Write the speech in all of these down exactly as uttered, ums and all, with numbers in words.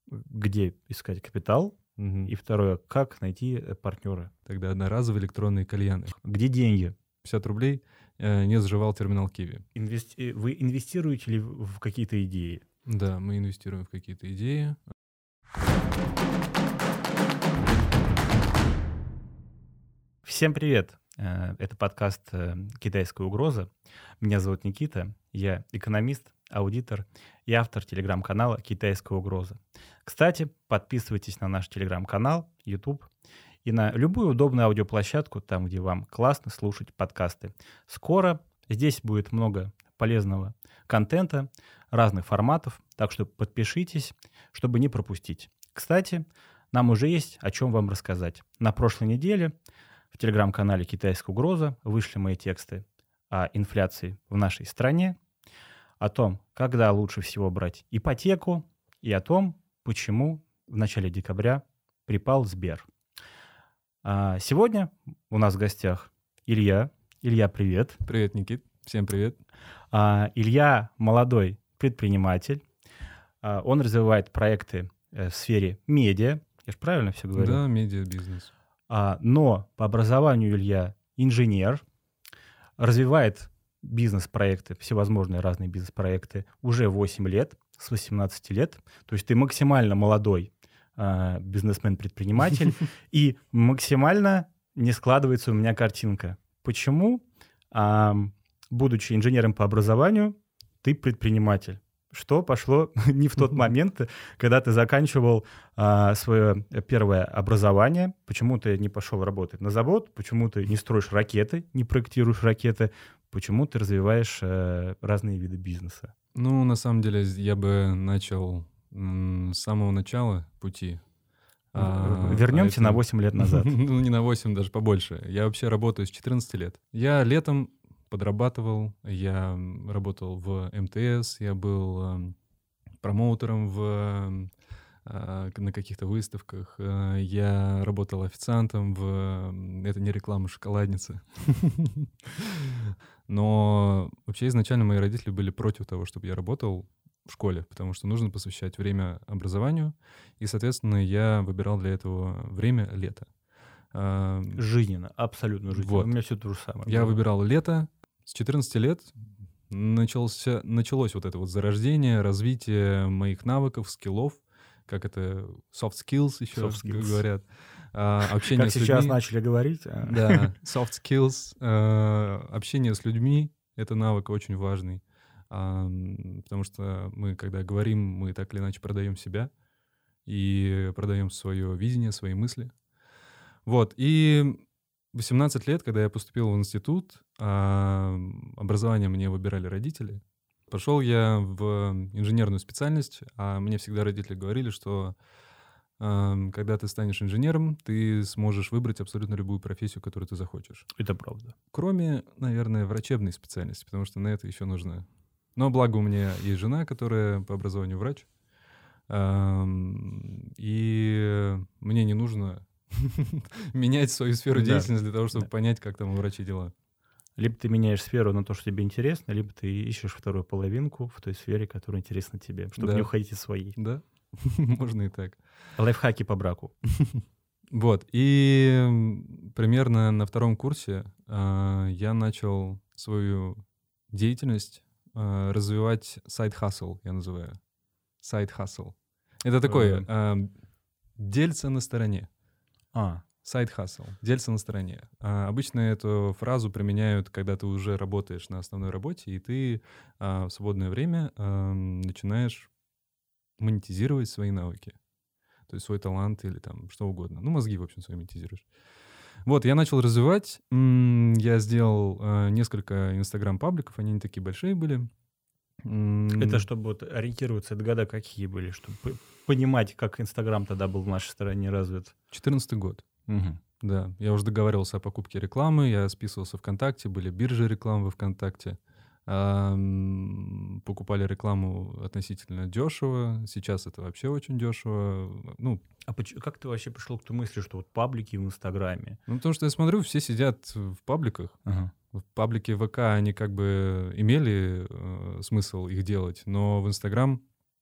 где искать капитал, Мгм. и второе, как найти э, партнера. Тогда одноразовые электронные кальяны. Где деньги? пятьдесят рублей э, не сживал терминал Киви. Инвести- Вы инвестируете ли в в какие-то идеи? Да, мы инвестируем в какие-то идеи. Всем привет! Э, Это подкаст э, «Китайская угроза». Меня зовут Никита, я экономист, аудитор и автор телеграм-канала «Китайская угроза». Кстати, подписывайтесь на наш телеграм-канал, YouTube и на любую удобную аудиоплощадку, там, где вам классно слушать подкасты. Скоро здесь будет много полезного контента, разных форматов, так что подпишитесь, чтобы не пропустить. Кстати, нам уже есть о чем вам рассказать. На прошлой неделе в телеграм-канале «Китайская угроза» вышли мои тексты о инфляции в нашей стране, о том, когда лучше всего брать ипотеку, и о том, почему в начале декабря припал Сбер. А сегодня у нас в гостях Илья. Илья, привет. Привет, Никит. Всем привет. А, Илья молодой предприниматель. А, он развивает проекты э, в сфере медиа. Я же правильно все говорю? Да, медиабизнес. А, но по образованию Илья инженер, развивает бизнес-проекты, всевозможные разные бизнес-проекты уже восемь лет, с восемнадцати лет. То есть ты максимально молодой а, бизнесмен-предприниматель, и максимально не складывается у меня картинка. Почему, а, будучи инженером по образованию, ты предприниматель? Что пошло не в тот момент, когда ты заканчивал а, свое первое образование? Почему ты не пошел работать на завод? Почему ты не строишь ракеты, не проектируешь ракеты? Почему ты развиваешь а, разные виды бизнеса? Ну, на самом деле, я бы начал м, с самого начала пути. А, Вернемся а это... на восемь лет назад. Ну, не на восемь, даже побольше. Я вообще работаю с четырнадцати лет. Я летом подрабатывал, я м, работал в эм тэ эс, я был ам, промоутером в, ам, а, к- на каких-то выставках, а, я работал официантом в... ам, Это не реклама шоколадницы. Но вообще изначально мои родители были против того, чтобы я работал в школе, потому что нужно посвящать время образованию, и, соответственно, я выбирал для этого время лето. А, Жизненно, абсолютно жизненно. У Вот. меня все то же самое Я было. выбирал лето. С четырнадцати лет начался, началось вот это вот зарождение, развитие моих навыков, скиллов, как это, soft skills еще Soft skills. говорят, а, общение Как с сейчас людьми. начали говорить. а, Да, soft skills, э, общение с людьми — это навык очень важный, Ам, потому что мы, когда говорим, мы так или иначе продаем себя и продаем свое видение, свои мысли. Вот, и восемнадцать лет, когда я поступил в институт, ам, образование мне выбирали родители. Пошел я в инженерную специальность, а мне всегда родители говорили, что ам, когда ты станешь инженером, ты сможешь выбрать абсолютно любую профессию, которую ты захочешь. Это правда. Кроме, наверное, врачебной специальности, потому что на это еще нужно. Но благо у меня есть жена, которая по образованию врач, ам, и мне не нужно менять свою сферу Да, деятельности для того, чтобы да. понять, как там у врачей дела. Либо ты меняешь сферу на то, что тебе интересно, либо ты ищешь вторую половинку в той сфере, которая интересна тебе, чтобы не Да, уходить из своей. да, можно и так. Лайфхаки по браку. Вот, и м, примерно на втором курсе а, я начал свою деятельность а, развивать сайд-хасл, я называю. Сайд-хасл. Это такое Э, а, дельце на стороне. А, Сайд-хасл. Дельце на стороне. А, обычно эту фразу применяют, когда ты уже работаешь на основной работе, и ты а, в свободное время ам, начинаешь монетизировать свои навыки. То есть свой талант или там что угодно. Ну, мозги, в общем, свои монетизируешь. Вот, я начал развивать. М, Я сделал э, несколько инстаграм-пабликов, они не такие большие были. М, это чтобы вот ориентироваться, это года какие были, чтобы п- понимать, как Инстаграм тогда был в нашей стране развит. четырнадцатый год. Мгм. Да, я уже договаривался о покупке рекламы, я списывался ВКонтакте, были биржи рекламы во ВКонтакте. Ам, покупали рекламу относительно дешево. Сейчас это вообще очень дешево. Ну, А поч- как ты вообще пришел к той мысли, что вот паблики в Инстаграме? ну, потому что я смотрю, все сидят в пабликах. Ага. В паблике ВК они как бы имели э, смысл их делать, но в Инстаграм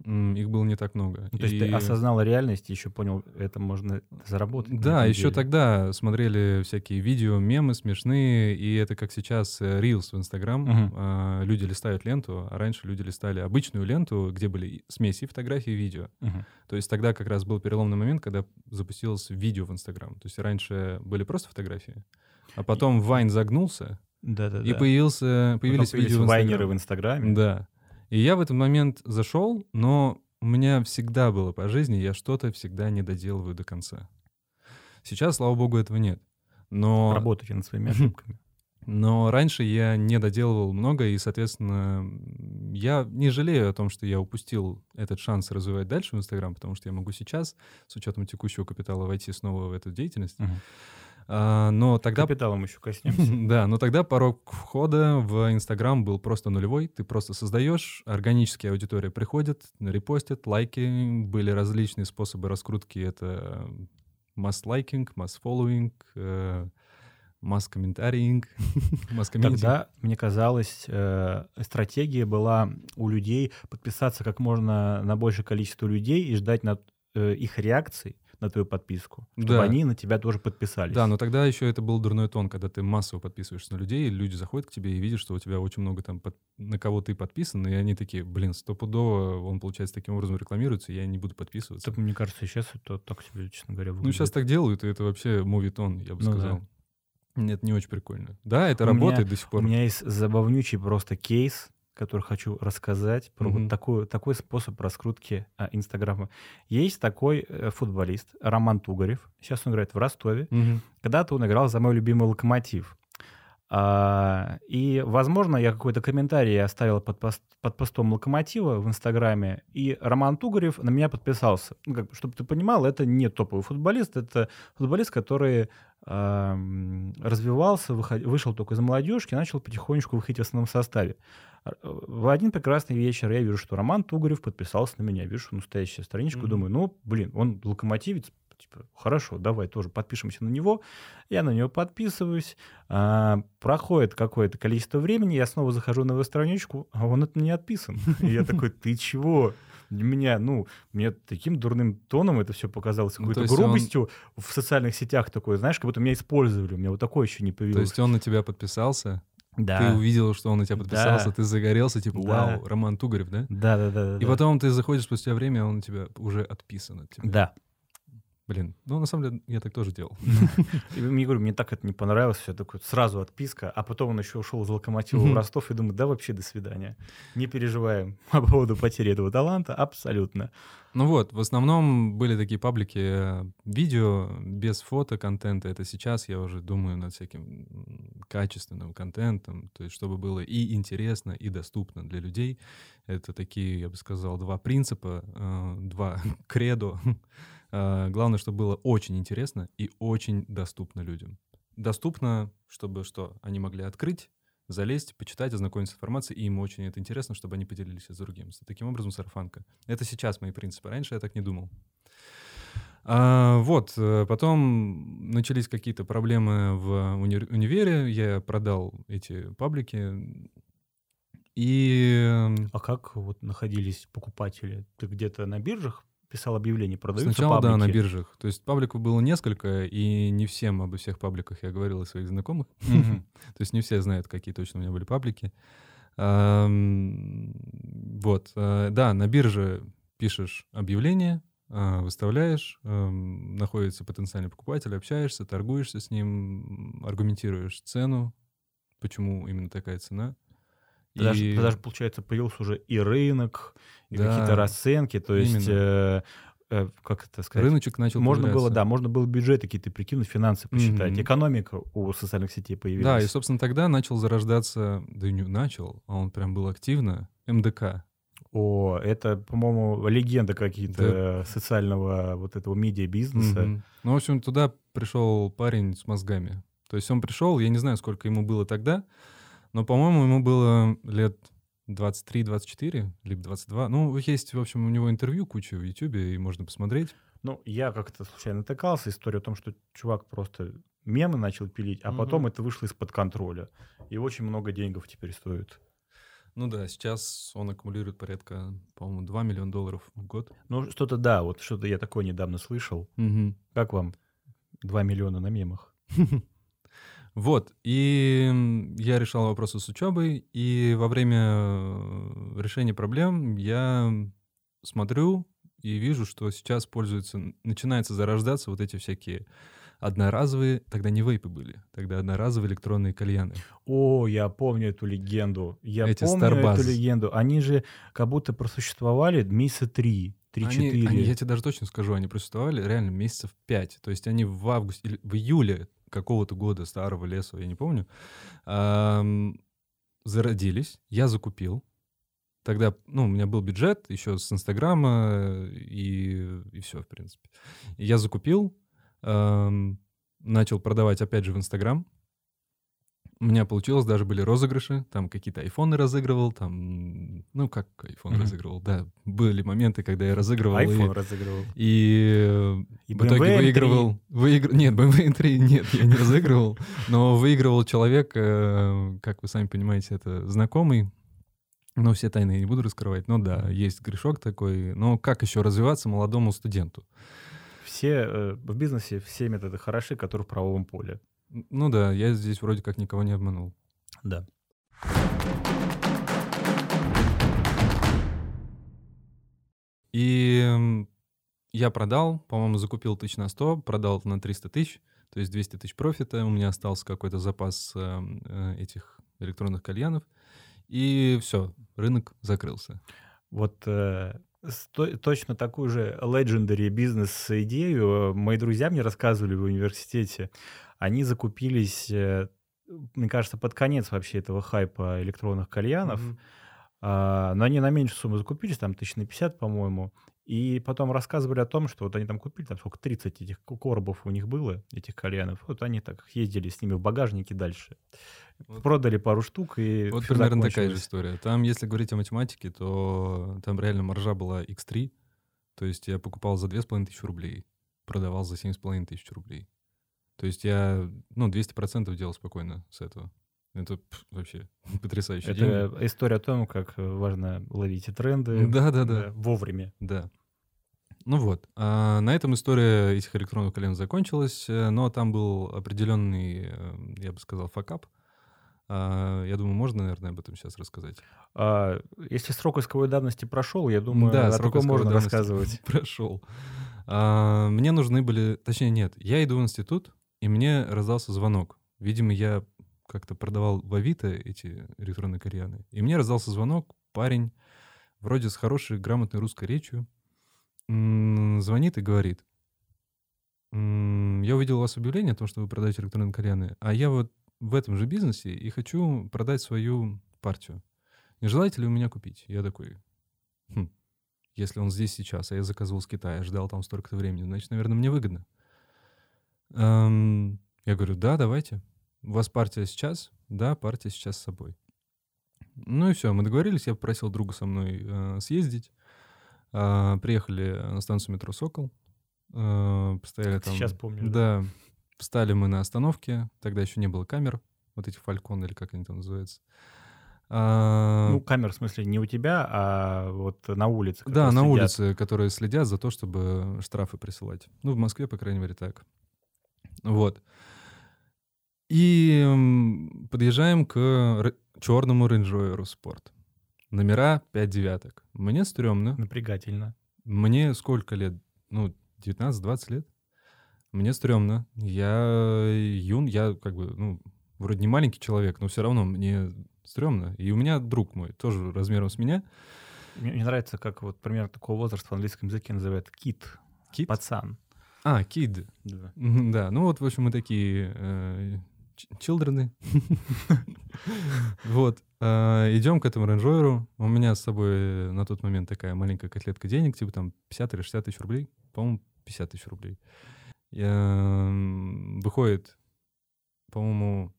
м, их было не так много. Ну, то есть ты И осознал реальность и еще понял, это можно заработать на да, этом еще деле. тогда смотрели всякие видео, мемы смешные, и это как сейчас э, Reels в Instagram. Мгм. А, Люди листают ленту, а раньше люди листали обычную ленту, где были и смеси фотографий и видео. Мгм. То есть тогда как раз был переломный момент, когда запустилось видео в Инстаграм. То есть раньше были просто фотографии, а И- потом и- Вайн загнулся, и Да-да-да. появился, Потом появились появились видео в вайнеры в Инстаграм. Инстаграме. Да. И я в этот момент зашел, но у меня всегда было по жизни, я что-то всегда не доделываю до конца. Сейчас, слава богу, этого нет. Но Работайте над своими ошибками. но раньше я не доделывал много, и, соответственно, м, я не жалею о том, что я упустил этот шанс развивать дальше в Инстаграм, потому что я могу сейчас, с учетом текущего капитала, войти снова в эту деятельность. Мгм. А, но К тогда, капиталам еще коснемся. да, но тогда порог входа в Инстаграм был просто нулевой. Ты просто создаешь, органически аудитория приходит, репостит, лайки. Были различные способы раскрутки. Это масс-лайкинг, масс-фолловинг, э, масс-комментаринг, масс-комьюнити. Тогда, мне казалось, э, стратегия была у людей подписаться как можно на большее количество людей и ждать на, э, их реакций на твою подписку, чтобы Да. они на тебя тоже подписались. Да, но тогда еще это был дурной тон, когда ты массово подписываешься на людей, и люди заходят к тебе и видят, что у тебя очень много там под- на кого ты подписан, и они такие, блин, стопудово он, получается, таким образом рекламируется, я не буду подписываться. Так, мне кажется, сейчас это так себе, честно говоря, Ну, выглядит. сейчас так делают, и это вообще мувитон, я бы Ну сказал. Нет, не очень прикольно. Да, это У работает меня, до сих у пор. меня есть забавнючий просто кейс, который хочу рассказать про Мгм. вот такой, такой способ раскрутки а, Инстаграма. Есть такой э, футболист Роман Тугарев. Сейчас он играет в Ростове. Мгм. Когда-то он играл за мой любимый «Локомотив». А, и, возможно, я какой-то комментарий оставил под, пост- под постом «Локомотива» в Инстаграме, и Роман Тугарев на меня подписался. Ну, как бы, чтобы ты понимал, это не топовый футболист, это футболист, который а, м, развивался, выход- вышел только из молодежки, начал потихонечку выходить в основном составе. А, В один прекрасный вечер я вижу, что Роман Тугарев подписался на меня. Вижу настоящую страничку, Мгм. думаю, ну, блин, он локомотивец, типа, хорошо, давай тоже подпишемся на него. Я на него подписываюсь. А, проходит какое-то количество времени, я снова захожу на его страничку, а он от меня отписан. И я такой, ты чего? Для меня, ну, мне таким дурным тоном это все показалось, Ну, то какой-то есть он- грубостью в социальных сетях такой, знаешь, как будто меня использовали, у меня вот такое еще не То появилось. есть он на тебя подписался, ты Да, увидел, что он на тебя подписался, Да. ты загорелся, типа, Да. вау, Роман Тугарев, да? да, да, да. И потом ты заходишь спустя время, а он у тебя уже отписан от тебя. Да. Блин, ну на самом деле я так тоже делал. И мне говорю, мне так это не понравилось, все такое, сразу отписка, а потом он еще ушел из «Локомотива» в Мгм. Ростов, и думаю, да вообще до свидания. Не переживаем по поводу потери этого таланта, абсолютно. Ну вот, в основном были такие паблики э, видео без фото контента. Это сейчас я уже думаю над всяким м, качественным контентом, то есть чтобы было и интересно, и доступно для людей. Это такие, я бы сказал, два принципа, э, два кредо. Э, Главное, чтобы было очень интересно и очень доступно людям. Доступно, чтобы что? Они могли открыть, залезть, почитать, ознакомиться с информацией, и им очень это интересно, чтобы они поделились с другим. С- Таким образом, сарафанка. Это сейчас мои принципы. Раньше я так не думал. А, вот, э, потом начались какие-то проблемы в уни- универе, я продал эти паблики, и м, А как вот находились покупатели? Ты где-то на биржах писал объявление, продаются сначала, да, на паблики? биржах. То есть пабликов было несколько, и не всем обо всех пабликах я говорил о своих знакомых. Мгм. То есть не все знают, какие точно у меня были паблики. Ам, Вот, э, да, на бирже пишешь объявление, а, выставляешь, ам, находится потенциальный покупатель, общаешься, торгуешься с ним, м, аргументируешь цену, почему именно такая цена. Тогда, ж- И тогда же, получается, появился уже и рынок, и какие-то да, расценки, то есть, именно. э, э, как это сказать, Рыночек начал можно было, появляться. да, можно было бюджеты какие-то прикинуть, финансы посчитать, Мгм. экономика у социальных сетей Да, и, появилась. собственно, тогда начал зарождаться, да и не начал, а он прям был активно, эм дэ ка. О, это, по-моему, легенда какие-то социального вот этого медиабизнеса. Мгм. Ну, в общем, туда пришел парень с мозгами. То есть он пришел, я не знаю, сколько ему было тогда, но, по-моему, ему было лет двадцать три двадцать четыре, либо двадцать два. Ну, есть, в общем, у него интервью куча в Ютубе, и можно посмотреть. Ну, я как-то случайно натыкался. История о том, что чувак просто мемы начал пилить, а потом Мгм. это вышло из-под контроля. И очень много денег теперь стоит. Ну да, сейчас он аккумулирует порядка, по-моему, два миллиона долларов в год. Ну, что-то да, вот что-то я такое недавно слышал. Мгм. Как вам два миллиона на мемах? Вот, и м, я решал вопросы с учебой, и во время э, решения проблем я смотрю и вижу, что сейчас пользуются, н- начинается зарождаться вот эти всякие одноразовые, тогда не вейпы были, тогда одноразовые электронные кальяны. О, я помню эту легенду. Я Эти помню эту Starbuzz. легенду. Они же как будто просуществовали месяца три, Они, они, я три-четыре. тебе даже точно скажу, они просуществовали реально месяцев пять. То есть они в августе или в июле какого-то года старого леса, я не помню, ам, зародились. Я закупил. Тогда, ну, у меня был бюджет еще с Инстаграма и, и все, в принципе. И я закупил, ам, начал продавать опять же в Инстаграм. У меня получилось, даже были розыгрыши, там какие-то айфоны разыгрывал, там, ну, как айфон Мгм. разыгрывал, да, были моменты, когда я разыгрывал и, Айфон разыгрывал. и э, И в итоге бэ эм вэ эм три. выигрывал, выигр... нет, бэ эм вэ эм три нет, я не разыгрывал, но выигрывал человек, э, как вы сами понимаете, это знакомый, но все тайны я не буду раскрывать, но да, Мгм. есть грешок такой, но как еще развиваться молодому студенту? Все э, в бизнесе все методы хороши, которые в правовом поле. Н- Ну да, я здесь вроде как никого не обманул. Да. И м, я продал, по-моему, закупил тысяч на сто, продал на триста тысяч, то есть двести тысяч профита. У меня остался какой-то запас эм, э, этих электронных кальянов. И все, рынок закрылся. Вот э, с- то- точно такую же legendary бизнес-идею э, мои друзья мне рассказывали в университете. Они закупились, э, мне кажется, под конец вообще этого хайпа электронных кальянов. Мгм. А, но они на меньшую сумму закупились, там тысяч на пятьдесят, по-моему. И потом рассказывали о том, что вот они там купили, там сколько, тридцать этих ко- коробов у них было, этих кальянов. Вот они так ездили с ними в багажнике дальше. Вот, Продали пару штук, и вот все примерно такая же закончилось. история. Там, если говорить о математике, то там реально маржа была икс три. То есть я покупал за две с половиной тысячи рублей, продавал за семь с половиной тысяч рублей. То есть я, ну, двести процентов делал спокойно с этого. Это пф, вообще потрясающие деньги. Это история о том, как э, важно ловить и тренды Да-да-да. да, вовремя. Да. Ну вот, а, на этом история этих электронных колен закончилась, э, но там был определенный, э, я бы сказал, факап. А, Я думаю, можно, наверное, об этом сейчас рассказать. А, если срок исковой давности прошел, я М, думаю, Да, о срок таком исковой можно давности рассказывать. прошел. А, Мне нужны были, точнее, нет, я иду в институт, и мне раздался звонок. Видимо, я как-то продавал в Авито эти электронные кальяны, и мне раздался звонок, парень, вроде с хорошей, грамотной русской речью, м, звонит и говорит: М, я увидел у вас объявление о том, что вы продаете электронные кальяны, а я вот в этом же бизнесе и хочу продать свою партию. Не желаете ли вы меня купить? Я такой: «Хм, если он здесь сейчас, а я заказывал с Китая, ждал там столько-то времени, значит, наверное, мне выгодно». Ам, Я говорю: да, давайте. У вас партия сейчас? Да, партия сейчас с собой. Ну и все, мы договорились, я попросил друга со мной э, съездить. А, Приехали на станцию метро «Сокол», э, постояли Как ты сейчас там, помнишь, да? да, встали мы на остановке, тогда еще не было камер, вот этих «Фалькон» или как они там называются. А, Ну, камер, в смысле, не у тебя, а вот на улице, Да, которые на следят. улице, которые следят за то, чтобы штрафы присылать. Ну, в Москве, по крайней мере, так. Вот. И м, подъезжаем к р- черному Range Rover Sport. Номера пять девяток. Мне стрёмно. Напрягательно. Мне сколько лет? Ну, девятнадцать-двадцать лет. Мне стрёмно. Я юн, я как бы, ну, вроде не маленький человек, но все равно мне стрёмно. И у меня друг мой, тоже размером с меня, Мне, мне нравится, как вот примерно такого возраста в английском языке называют кит, кит. пацан. А, кид. Да. Мгм, Да, ну вот, в общем, мы такие э, ч- чилдрены. Вот. а, Идем к этому рейндж-роверу. У меня с собой на тот момент такая маленькая котлетка денег, типа там пятьдесят или шестьдесят тысяч рублей. По-моему, пятьдесят тысяч рублей. Я, м, Выходит, по-моему,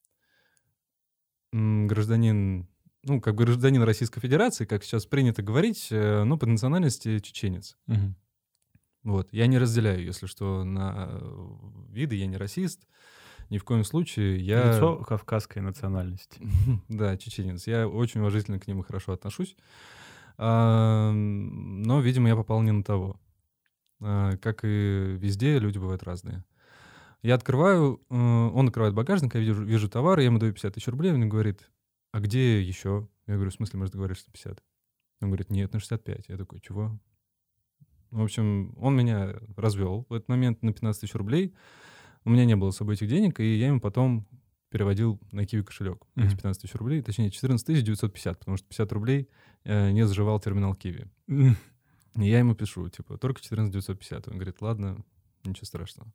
м, гражданин, ну, как бы гражданин Российской Федерации, как сейчас принято говорить, э, ну, по национальности чеченец. Мгм. Вот. Я не разделяю, если что, на э, виды, я не расист, Ни в коем случае. Я... Лицо кавказской национальности. Да, чеченец. Я очень уважительно к ним и хорошо отношусь. А, но, видимо, я попал не на того. А, как и везде, люди бывают разные. Я открываю, э, он открывает багажник, я вижу, вижу товар, я ему даю пятьдесят тысяч рублей, он мне говорит, а где еще? Я говорю, в смысле, мы же договорились на пятьдесят? Он говорит, нет, на шестьдесят пять. Я такой, чего? В общем, он меня развел в этот момент на пятнадцать тысяч рублей. У меня не было с собой этих денег, и я ему потом переводил на Киви кошелек Мгм. эти пятнадцать тысяч рублей, точнее четырнадцать тысяч девятьсот пятьдесят, потому что пятьдесят рублей э, не заживал терминал Киви. М. И я ему пишу, типа, только четырнадцать тысяч девятьсот пятьдесят. Он говорит, ладно, ничего страшного.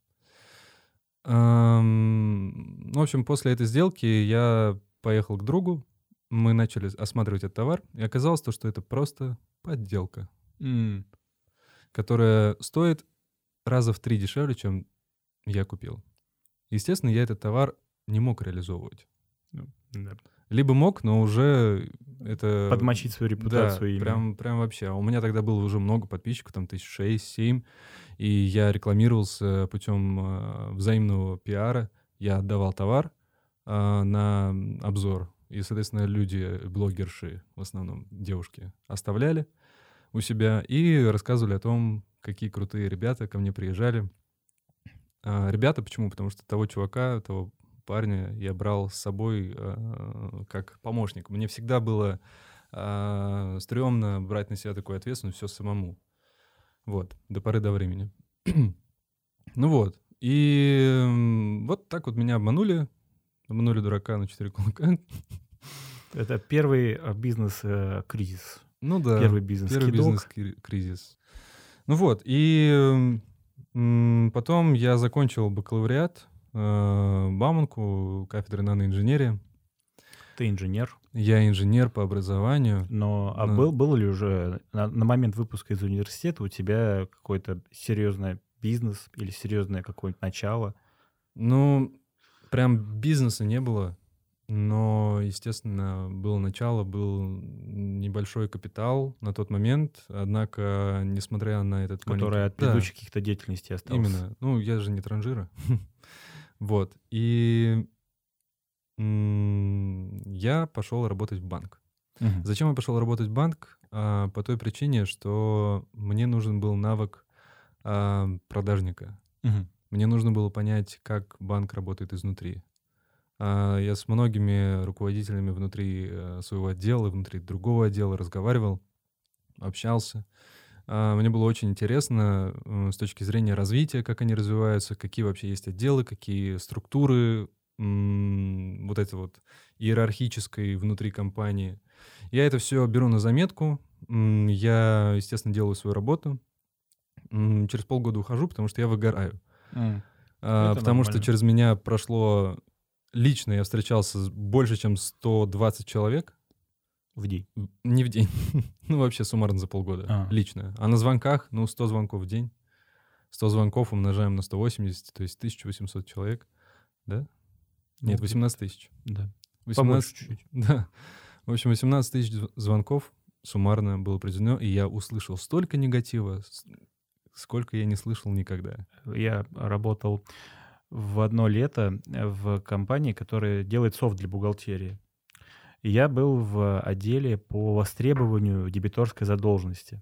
Ам, В общем, после этой сделки я поехал к другу, мы начали осматривать этот товар, и оказалось то, что это просто подделка, М. которая стоит раза в три дешевле, чем я купил. Естественно, я этот товар не мог реализовывать. Ну, да. Либо мог, но уже это... Подмочить свою Да, репутацию, имя. прям, прям вообще. А у меня тогда было уже много подписчиков, там тысяч шесть-семь, и я рекламировался путем э, взаимного пиара. Я отдавал товар э, на обзор, и, соответственно, люди, блогерши, в основном девушки, оставляли у себя и рассказывали о том, какие крутые ребята ко мне приезжали. А, ребята, почему? Потому что того чувака, того парня я брал с собой э, как помощник. Мне всегда было э, стрёмно брать на себя такую ответственность, все самому. Вот, до поры до времени. Ну вот, и м, вот так вот меня обманули. Обманули дурака на четыре кулака. Это первый а, бизнес-кризис. Ну да, Первый бизнес первый кидок. бизнес-кризис. Ну вот, и м, потом я закончил бакалавриат, э, Бауманку, кафедры наноинженерии. Ты инженер, Я инженер по образованию. но а Ну. был, был ли уже на, на момент выпуска из университета у тебя какой-то серьезный бизнес или серьезное какое-нибудь начало? Ну, прям бизнеса не было, но, естественно, было начало, был небольшой капитал на тот момент, однако, несмотря на этот Который маленький... от Да, предыдущих каких-то деятельностей остался? именно. Ну, я же не транжира. Вот. И м, я пошел работать в банк. Мгм. Зачем я пошел работать в банк? А, По той причине, что мне нужен был навык а, продажника. Мгм. Мне нужно было понять, как банк работает изнутри. А, Я с многими руководителями внутри э, своего отдела, внутри другого отдела разговаривал, общался. А, Мне было очень интересно э, с точки зрения развития, как они развиваются, какие вообще есть отделы, какие структуры м, вот этой вот иерархической внутри компании. Я это все беру на заметку. м, Я, естественно, делаю свою работу. М, Через полгода ухожу, потому что я выгораю. М. А, Это Потому что нормально. через меня прошло... Лично я встречался с больше, чем сто двадцать человек. В день. В- Не в день. Ну, вообще суммарно за полгода. А. Лично. А на звонках, ну, сто звонков в день. сто звонков умножаем на сто восемьдесят, то есть тысяча восемьсот человек. Да? Ну, Нет, где-то. восемнадцать тысяч. Да. Побольше восемнадцать... чуть-чуть. Да. В общем, восемнадцать тысяч зв- звонков суммарно было произведено, и я услышал столько негатива, с- сколько я не слышал никогда. Я работал в одно лето э, в компании, которая делает софт для бухгалтерии. И я был в отделе по востребованию дебиторской задолженности.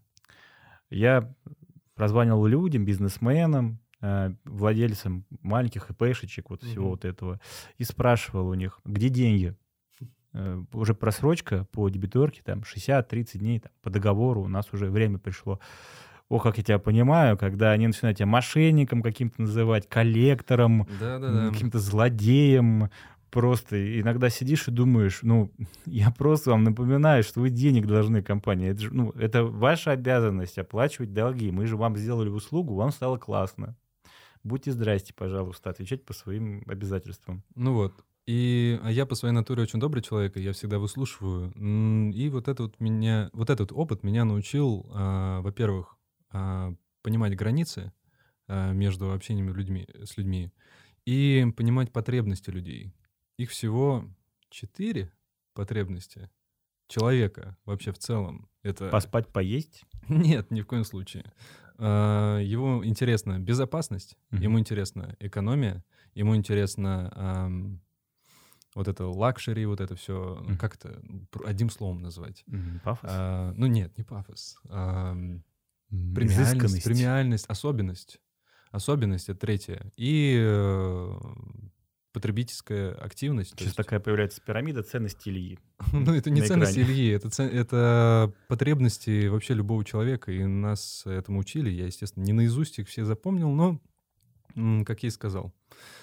Я прозванивал людям, бизнесменам, э, владельцам маленьких ИПшечек, вот всего Мгм. вот этого, и спрашивал у них, где деньги? Э, Уже просрочка по дебиторке, там шестьдесят-тридцать дней, там, по договору, у нас уже время пришло. О, как я тебя понимаю, когда они начинают тебя мошенником каким-то называть, коллектором, м, Да-да-да. каким-то злодеем. Просто иногда сидишь и думаешь, ну, я просто вам напоминаю, что вы денег должны компании. Это, же, ну, это ваша обязанность оплачивать долги. Мы же вам сделали услугу, вам стало классно. Будьте здрасте, пожалуйста, отвечать по своим обязательствам. Ну вот. И а я по своей натуре очень добрый человек, и я всегда выслушиваю. М, И вот это вот меня, вот этот опыт меня научил, а, во-первых, а, понимать границы а, между общением людьми, с людьми и понимать потребности людей. Их всего четыре потребности человека вообще в целом. Это Поспать, поесть. нет, ни в коем случае. А, Ему интересна безопасность, Мгм. ему интересна экономия, ему интересно ам, вот это лакшери, вот это все, Мгм. как это пр- одним словом назвать? М, Пафос? А, Ну нет, не пафос. Ам, М, Премиальность, Изысканность. премиальность, особенность. Особенность — это третье. И э, потребительская активность, то Сейчас есть такая появляется пирамида ценностей Ильи ну, м, это не на ценности экране. Ильи, это, це- это потребности вообще любого человека, и нас этому учили. Я, естественно, не наизусть их все запомнил, но, м, как я и сказал.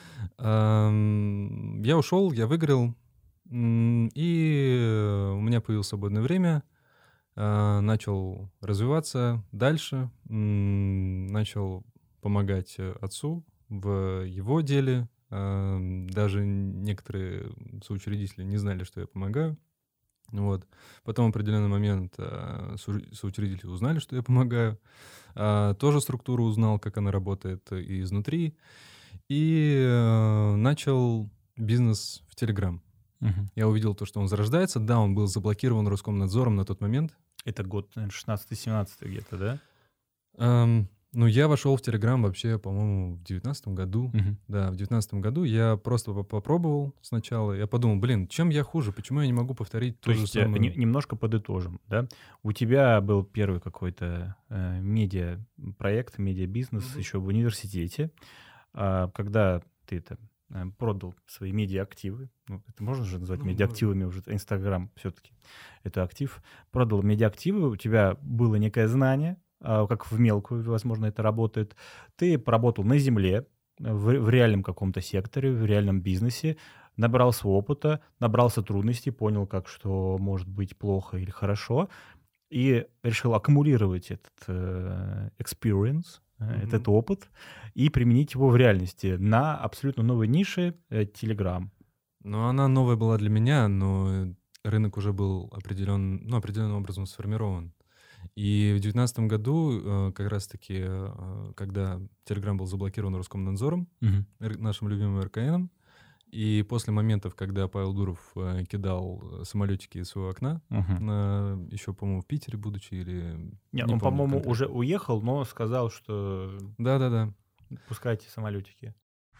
Ам, Я ушел, я выиграл, м, и э, у меня появилось свободное время, а, начал развиваться дальше, м, начал помогать э, отцу в его деле. Ам, Даже некоторые соучредители не знали, что я помогаю. Вот. Потом в определенный момент а, су- соучредители узнали, что я помогаю. А, Тоже структуру узнал, как она работает э, и изнутри. И э, начал бизнес в Telegram. Мгм. Я увидел то, что он зарождается. Да, он был заблокирован Роскомнадзором на тот момент. Это год, наверное, шестнадцатый-семнадцатый где-то, да? Ам, ну, я вошел в Telegram вообще, по-моему, в девятнадцатом году. Мгм. Да, в девятнадцатом году я просто по- попробовал сначала. Я подумал, блин, чем я хуже? Почему я не могу повторить То ту же есть э, не- самую... немножко подытожим, да? У тебя был первый какой-то э, медиа-проект, медиа-бизнес Мгм. еще в университете, а, когда ты это э, продал свои медиа-активы, ну, это можно же назвать Ну, можно. медиа-активами уже, Инстаграм все-таки это актив, продал медиа-активы, у тебя было некое знание, а, как в мелкую, возможно, это работает, ты поработал на земле, э, в, в реальном каком-то секторе, в реальном бизнесе, набрался опыта, набрался трудностей, понял, как что может быть плохо или хорошо, и решил аккумулировать этот э, experience, э, этот Мгм. опыт, и применить его в реальности на абсолютно новой нише э, Telegram. Ну, она новая была для меня, но рынок уже был определен, ну, определенным образом сформирован. И в девятнадцатом году, э, как раз-таки, э, когда Telegram был заблокирован Роскомнадзором, Мгм. р- нашим любимым эр ка эном, и после моментов, когда Павел Дуров э, кидал э, самолетики из своего окна, Мгм. на, еще, по-моему, в Питере будучи, или Не, не он, помню по-моему, уже конкретно. уехал, но сказал, что Да-да-да. пускайте самолетики.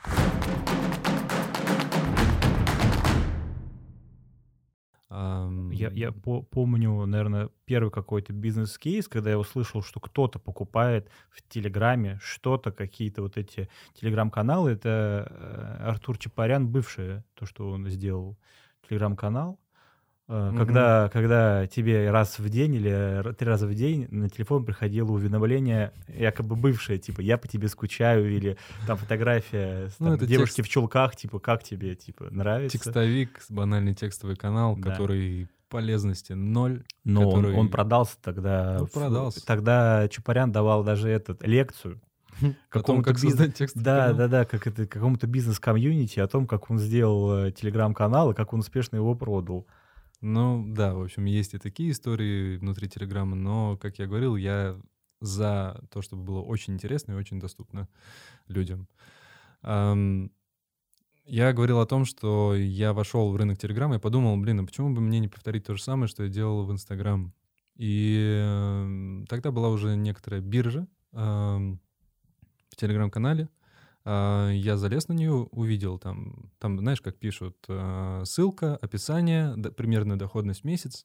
Я, я Ам, по- помню, наверное, первый какой-то бизнес-кейс, когда я услышал, что кто-то покупает в Телеграме что-то, какие-то вот эти Телеграм-каналы. Это э, Артур Чапарян, бывший, то, что он сделал Телеграм-канал. Э, мгм. Когда, когда тебе раз в день или р- три раза в день на телефон приходило уведомление, якобы бывшее, типа, я по тебе скучаю, или там фотография с, Ну, там, это девушки текст, в чулках, типа, как тебе, типа, нравится? текстовик, банальный текстовый канал, Да. который полезности ноль, Но он, он который, продался тогда. ну, в- продался. Тогда Чапарян давал даже этот, лекцию О том, какому-то как бизнес... создать текстовый Да, канал. да, да, как это, какому-то бизнес-комьюнити о том, как он сделал э, телеграм-канал и как он успешно его продал. Ну да, в общем, есть и такие истории внутри Телеграма, но, как я говорил, я за то, чтобы было очень интересно и очень доступно людям. Ам, Я говорил о том, что я вошел в рынок Телеграма и подумал, блин, а почему бы мне не повторить то же самое, что я делал в Инстаграм? И эм, тогда была уже некоторая биржа ам, в Телеграм-канале. А, Я залез на нее, увидел там, там, знаешь, как пишут, а, ссылка, описание, д- примерная доходность в месяц,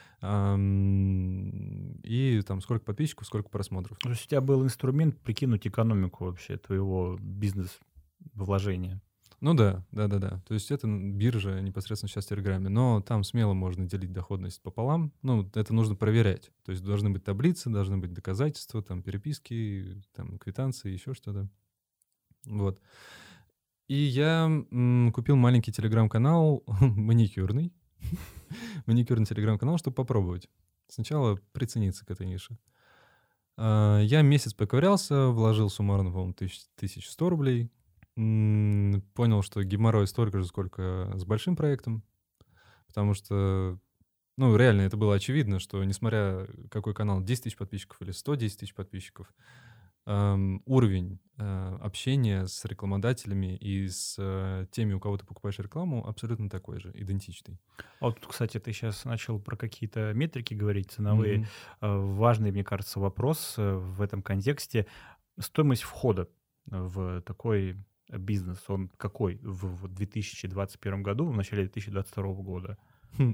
ам, и там сколько подписчиков, сколько просмотров. То есть у тебя был инструмент прикинуть экономику вообще твоего бизнес-вложения. Ну да, да-да-да. То есть это н- биржа непосредственно сейчас в Телеграме, но там смело можно делить доходность пополам. Ну, это нужно проверять. То есть должны быть таблицы, должны быть доказательства, там переписки, там квитанции, еще что-то. Вот. И я м, купил маленький телеграм-канал, маникюрный, маникюрный телеграм-канал, чтобы попробовать. Сначала прицениться к этой нише. А, Я месяц поковырялся, вложил суммарно, по-моему, тысяч, тысяч сто рублей. М, Понял, что геморрой столько же, сколько с большим проектом, потому что, ну, реально, это было очевидно, что несмотря какой канал, десять тысяч подписчиков или сто десять тысяч подписчиков, эм, уровень э, общения с рекламодателями и с э, теми, у кого ты покупаешь рекламу, абсолютно такой же, идентичный. А вот тут, кстати, ты сейчас начал про какие-то метрики говорить, ценовые. Мгм. Э, Важный, мне кажется, вопрос э, в этом контексте. Стоимость входа в такой бизнес, он какой в в две тысячи двадцать первом году, в начале две тысячи двадцать второго года? Хм.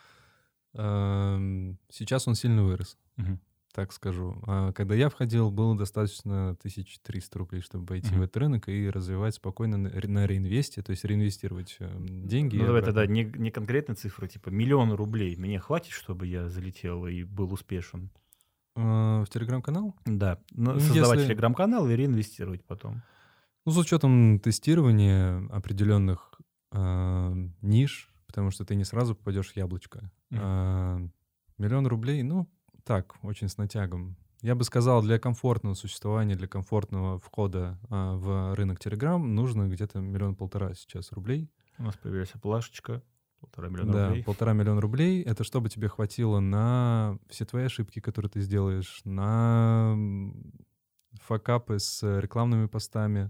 Эм, Сейчас он сильно вырос, Мгм. так скажу. А Когда я входил, было достаточно тысяча триста рублей, чтобы войти в Мгм. этот рынок и развивать спокойно на ре- на реинвесте, то есть реинвестировать эм, деньги и Ну, давай тогда обратно. не, не конкретные цифры, типа миллион рублей. Мне хватит, чтобы я залетел и был успешен? А, В телеграм-канал? Да, но Ну, создавать Если, телеграм-канал и реинвестировать потом. ну, с учетом тестирования определенных а, ниш, потому что ты не сразу попадешь в яблочко. Мгм. а, Миллион рублей, ну, так, очень с натягом. Я бы сказал, для комфортного существования, для комфортного входа а, в рынок Telegram нужно где-то миллион-полтора сейчас рублей. У нас появилась плашечка, полтора миллиона Да, рублей. полтора миллиона рублей — это чтобы тебе хватило на все твои ошибки, которые ты сделаешь, на м, факапы с рекламными постами,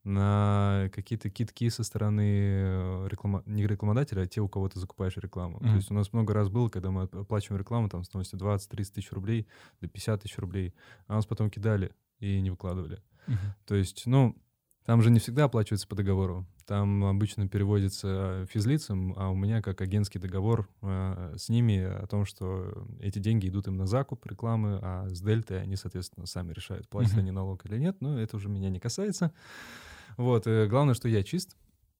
на какие-то китки со стороны э, реклама... не рекламодателя, а те, у кого ты закупаешь рекламу. То Мгм. есть у нас много раз было, когда мы оп- оплачиваем рекламу там стоимостью двадцать-тридцать тысяч рублей, до пятьдесят тысяч рублей, а нас потом кидали и не выкладывали. Мгм. То есть, ну, там же не всегда оплачивается по договору. Там обычно переводится физлицам, а у меня как агентский договор э, с ними о том, что эти деньги идут им на закуп рекламы, а с дельтой они, соответственно, сами решают, платят Мгм. они налог или нет. Но это уже меня не касается. Вот. э, Главное, что я чист.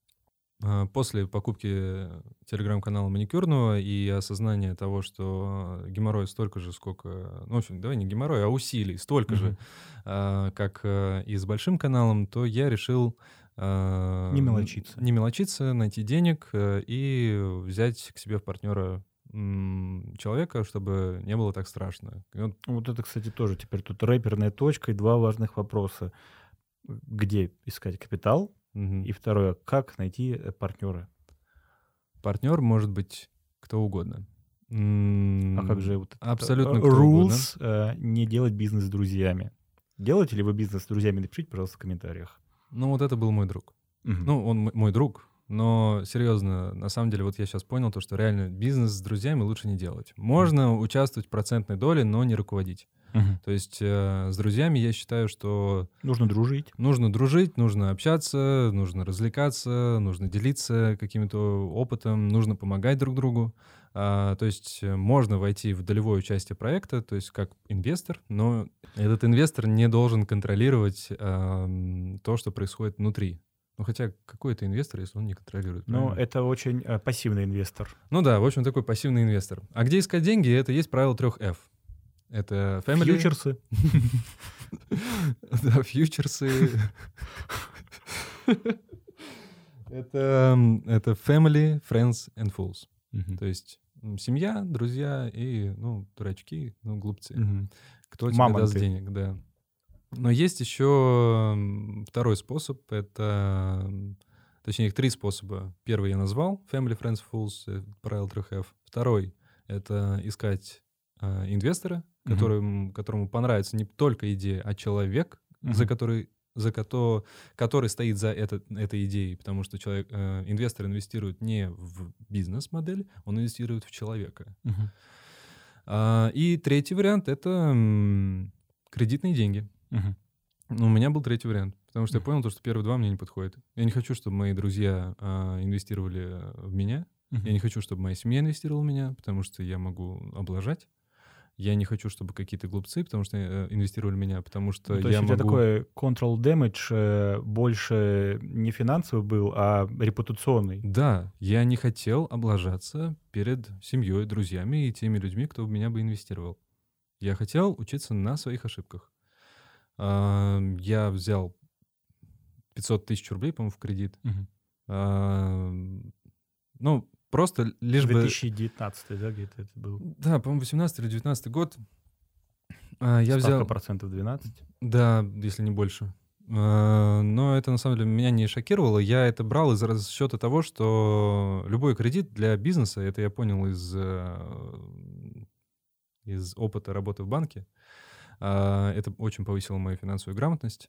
А, После покупки телеграм-канала маникюрного и осознания того, что геморрой столько же, сколько... Ну, в общем, давай не геморрой, а усилий столько же, Мгм. а, как э, и с большим каналом, то я решил а, Не н- мелочиться. не мелочиться, найти денег э, и взять к себе в партнера м, человека, чтобы не было так страшно. И вот, Вот это, кстати, тоже теперь тут рэперная точка и два важных вопроса. Где искать капитал? мгм. И второе, как найти э, партнера? Партнер может быть кто угодно. А как М, же вот этот, э, Абсолютно кто угодно. rules э, не делать бизнес с друзьями? Делаете ли вы бизнес с друзьями? Напишите, пожалуйста, в комментариях. Ну, вот это был мой друг. Мгм. Ну, он м- мой друг, но серьезно, на самом деле, вот я сейчас понял то, что реально бизнес с друзьями лучше не делать. Можно участвовать в процентной доле, но не руководить. Мгм. То есть э, с друзьями я считаю, что Нужно дружить. нужно дружить, нужно общаться, нужно развлекаться, нужно делиться каким-то опытом, нужно помогать друг другу. А, то есть э, можно войти в долевое участие проекта, то есть как инвестор, но этот инвестор не должен контролировать ам, то, что происходит внутри. Ну хотя какой это инвестор, если он не контролирует, Но правильно? это очень э, пассивный инвестор. Ну да, в общем, такой пассивный инвестор. А где искать деньги? Это есть правило трех F. Это family. Фьючерсы. Да, фьючерсы. Это, м, это family, friends and fools. Мгм. То есть м, семья, друзья и, ну, дурачки, ну, глупцы. Мгм. Кто тебе даст Мамонты. денег, да. Но есть еще м, второй способ. Это, м, точнее, их три способа. Первый я назвал. Family, friends, fools. э, Правило трех F. Второй — это искать а, инвестора, Мгм. которым, которому понравится не только идея, а человек, за Мгм. который, за кото- который стоит за это, этой идеей. Потому что человек, э, инвестор инвестирует не в бизнес-модель, он инвестирует в человека. Мгм. А, И третий вариант — это м, кредитные деньги. Мгм. Ну, у меня был третий вариант, потому что я Мгм. понял, то, что первые два мне не подходят. Я не хочу, чтобы мои друзья а, инвестировали в меня. Я Мгм. не хочу, чтобы моя семья инвестировала в меня, потому что я могу облажать. Я не хочу, чтобы какие-то глупцы, потому что э, инвестировали в меня, потому что Ну, то есть я у тебя могу... такой control damage э, больше не финансовый был, а репутационный. Да, я не хотел облажаться перед семьей, друзьями и теми людьми, кто в меня бы инвестировал. Я хотел учиться на своих ошибках. А, Я взял пятьсот тысяч рублей, по-моему, в кредит. Мгм. А, Ну, просто лишь бы... две тысячи девятнадцатый, да, где-то это был? Да, по-моему, восемнадцатый или девятнадцатый год. А, Я Ставка взял... процентов двенадцать. Да, если не больше. А, Но это, на самом деле, меня не шокировало. Я это брал из расчета того, что любой кредит для бизнеса, это я понял из, э, из опыта работы в банке, А, Это очень повысило мою финансовую грамотность.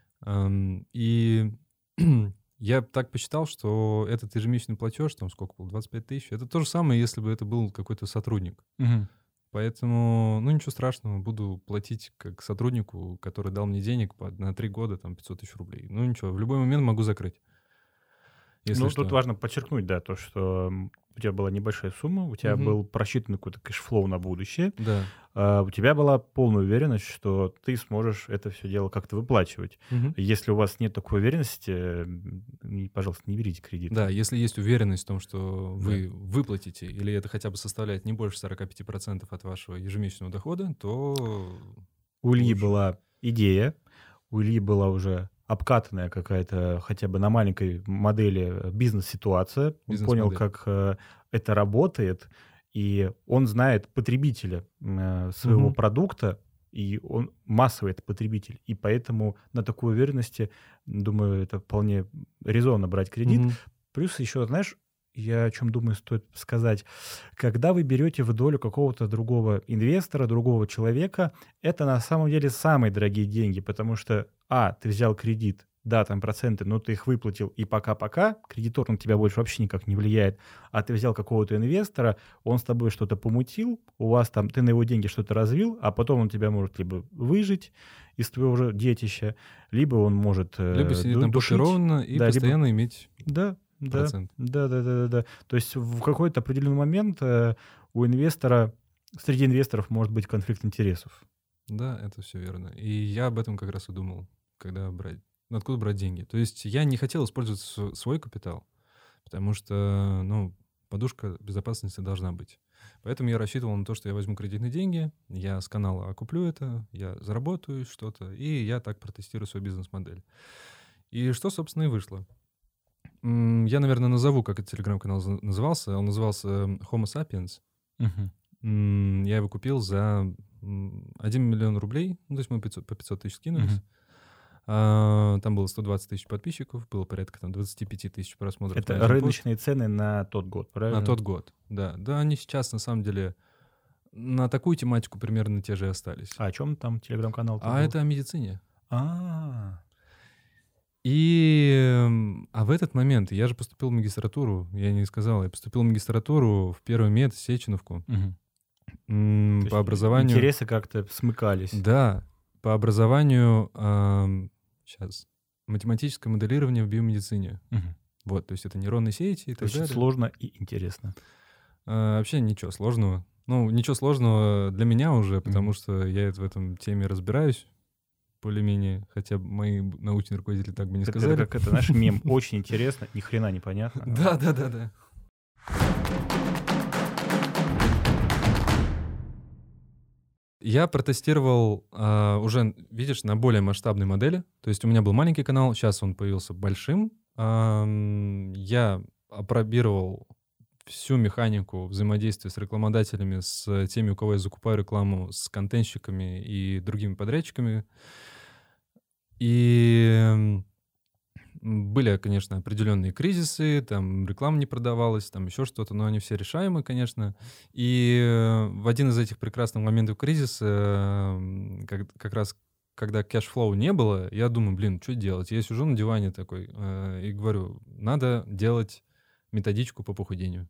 Ам, И я так посчитал, что этот ежемесячный платеж, там сколько было, двадцать пять тысяч, это то же самое, если бы это был какой-то сотрудник. Мгм. Поэтому, ну, ничего страшного, буду платить как сотруднику, который дал мне денег по- на три года, там, пятьсот тысяч рублей. Ну, ничего, в любой момент могу закрыть, если Ну, тут что. важно подчеркнуть, да, то, что м, у тебя была небольшая сумма, у тебя Мгм. был просчитан какой-то кэшфлоу на будущее, Да. а, у тебя была полная уверенность, что ты сможешь это все дело как-то выплачивать. Мгм. Если у вас нет такой уверенности, м, не- пожалуйста, не берите кредит. Да, если есть уверенность в том, что Да. вы выплатите, или это хотя бы составляет не больше сорок пять процентов от вашего ежемесячного дохода, то У Ильи лучше. была идея, у Ильи была уже обкатанная какая-то хотя бы на маленькой модели э, бизнес-ситуация. Он понял, Бизнес-модель. как э, это работает, и он знает потребителя э, своего Мгм. продукта, и он массовый это потребитель. И поэтому на такой уверенности, думаю, это вполне резонно брать кредит. Мгм. Плюс еще, знаешь, я о чем думаю, стоит сказать. Когда вы берете в долю какого-то другого инвестора, другого человека, это на самом деле самые дорогие деньги, потому что, а, ты взял кредит, да, там проценты, но ты их выплатил, и пока-пока, кредитор на тебя больше вообще никак не влияет, а ты взял какого-то инвестора, он с тобой что-то помутил, у вас там, ты на его деньги что-то развил, а потом он тебя может либо выжить из твоего же детища, либо он может Либо э, сидеть ду- на попе душить, ровно и да, либо постоянно иметь да, да, процент. да, да, да, да, да. То есть в какой-то определенный момент э, у инвестора, среди инвесторов может быть конфликт интересов. Да, это все верно. И я об этом как раз и думал, когда брать, ну, откуда брать деньги. То есть я не хотел использовать св- свой капитал, потому что, ну, подушка безопасности должна быть. Поэтому я рассчитывал на то, что я возьму кредитные деньги, я с канала окуплю это, я заработаю что-то, и я так протестирую свою бизнес-модель. И что, собственно, и вышло. М, Я, наверное, назову, как этот телеграм-канал за- назывался. Он назывался м, Homo Sapiens. Мгм. М, Я его купил за м, один миллион рублей. Ну, то есть мы пятьсот по пятьсот тысяч скинулись. Мгм. А, Там было сто двадцать тысяч подписчиков, было порядка там двадцать пять тысяч просмотров на Это один пост. рыночные цены на тот год, На правильно? тот год, да. Да, они сейчас, на самом деле, на такую тематику примерно те же и остались. А о чем там телеграм-канал-то А был? это о медицине. А, И, м, а в этот момент я же поступил в магистратуру, я не сказал, я поступил в магистратуру в первый мед, Сеченовку. мгм. М, То По есть и- образованию, интересы как-то смыкались. да, по образованию, сейчас, математическое моделирование в биомедицине. Мгм. Вот, то есть это нейронные сети и так Звучит далее. сложно и интересно. А, Вообще ничего сложного. Ну, ничего сложного для меня уже, потому Мгм. что я это- в этом теме разбираюсь более-менее, хотя мои б- научные руководители так бы не Это, это сказали. как это, знаешь, мем очень интересно, ни хрена непонятно. Да, да, да, да. Я протестировал а, уже, видишь, на более масштабной модели. То есть у меня был маленький канал, сейчас он появился большим. Ам, Я опробировал всю механику взаимодействия с рекламодателями, с теми, у кого я закупаю рекламу, с контентщиками и другими подрядчиками. И м, были, конечно, определенные кризисы, там реклама не продавалась, там еще что-то, но они все решаемы, конечно. И э, в один из этих прекрасных моментов кризиса, м, как, как раз когда кэшфлоу не было, я думаю, блин, что делать? Я сижу на диване такой э, и говорю, надо делать методичку по похудению.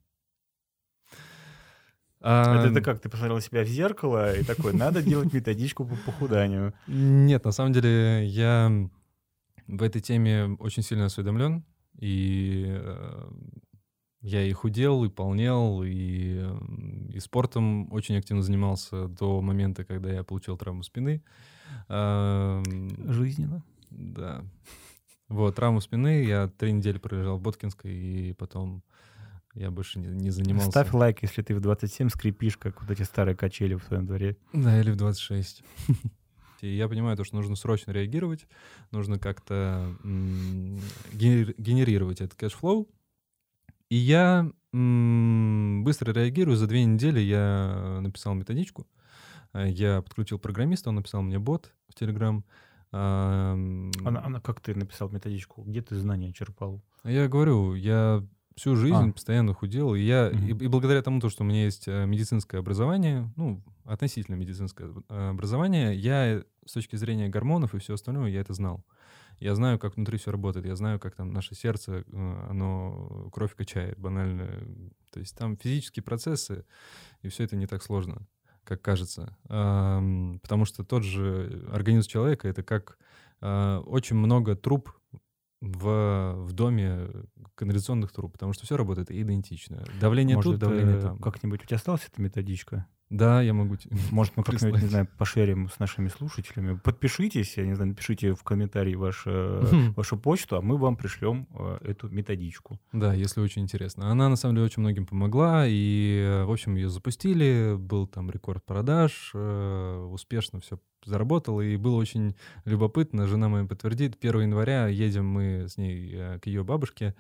Это, А, это как, ты посмотрел себя в зеркало и такой, надо делать методичку по похуданию. Нет, на самом деле я в этой теме очень сильно осведомлен, и э, я и худел, и полнел, и, м, и спортом очень активно занимался до момента, когда я получил травму спины. Ам, Жизненно. Да. Вот, травму спины. Я три недели пролежал в Боткинской, и потом я больше не, не Ставь занимался. лайк, если ты в двадцать семь скрипишь, как вот эти старые качели в своем дворе. Да, или в двадцать шесть. И я понимаю то, что нужно срочно реагировать, нужно как-то м, генер- генерировать этот кэшфлоу. И я м, быстро реагирую. За две недели я написал методичку. Э, Я подключил программиста, он написал мне бот в Telegram. Ам, Она, она как ты написал методичку? Где ты знания черпал? Я говорю, я всю жизнь А. постоянно худел. И я, Мгм. и, и благодаря тому, то, что у меня есть э, медицинское образование, ну, относительно медицинское э, образование, я с точки зрения гормонов и всего остального, я это знал. Я знаю, как внутри все работает, я знаю, как там наше сердце, э, оно кровь качает, банально. То есть там физические процессы, и все это не так сложно, как кажется. Ам, Потому что тот же организм человека — это как а, очень много труб в, в доме, канализационных труб, потому что все работает идентично. Давление тут, Может, давление э, там. как-нибудь у тебя осталась эта методичка? Да, я могу те- Может, мы как-нибудь, не прислать. знаю, пошерим с нашими слушателями. Подпишитесь, я не знаю, напишите в комментарии ваш, э, Мгм. вашу почту, а мы вам пришлем э, эту методичку. Да, если очень интересно. Она, на самом деле, очень многим помогла, и, э, в общем, ее запустили, был там рекорд продаж, э, успешно все заработало, и было очень любопытно, жена моя подтвердит, первого января едем мы с ней э, к ее бабушке,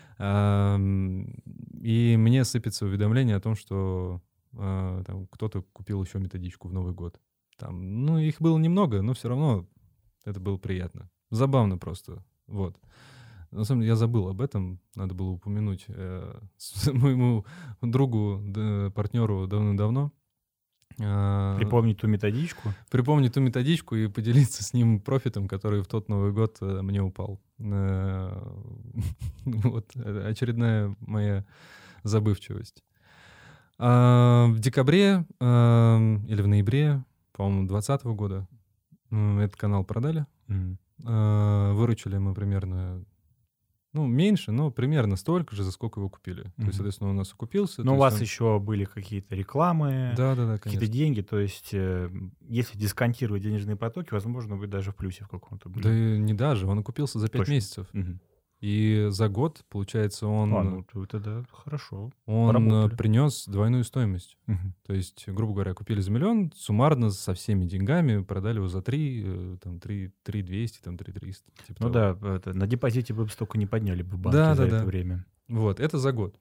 ам, и мне сыпется уведомление о том, что э, там кто-то купил еще методичку в Новый год. Там, ну, их было немного, но все равно это было приятно. Забавно просто, вот. На самом деле я забыл об этом, надо было упомянуть э, с- моему другу, д- партнеру давно-давно. А, Припомнить ту методичку. Припомнить ту методичку и поделиться с ним профитом, который в тот Новый год э, мне упал. Э, Вот, э, очередная моя забывчивость. А, В декабре ам, или в ноябре, по-моему, двадцатого года м, этот канал продали. Мгм. А, Выручили мы примерно, ну, меньше, но примерно столько же, за сколько его купили. То Мгм. есть, соответственно, он у нас окупился. Но то у есть вас он- еще были какие-то рекламы, Да-да-да, какие-то конечно. деньги, то есть э, если дисконтировать денежные потоки, возможно, вы даже в плюсе в каком-то Да были. и не даже, он окупился за пять Точно. месяцев. Мгм. И за год, получается, А, он, ну то это да, хорошо. он Поработали. принес двойную стоимость. Мгм. То есть, грубо говоря, купили за миллион, суммарно со всеми деньгами продали его за три, э, там, три, три двести, там, три триста. Типа Ну того. да, это, на депозите вы бы столько не подняли бы в банке за это Да-да-да. время. Вот, это за год.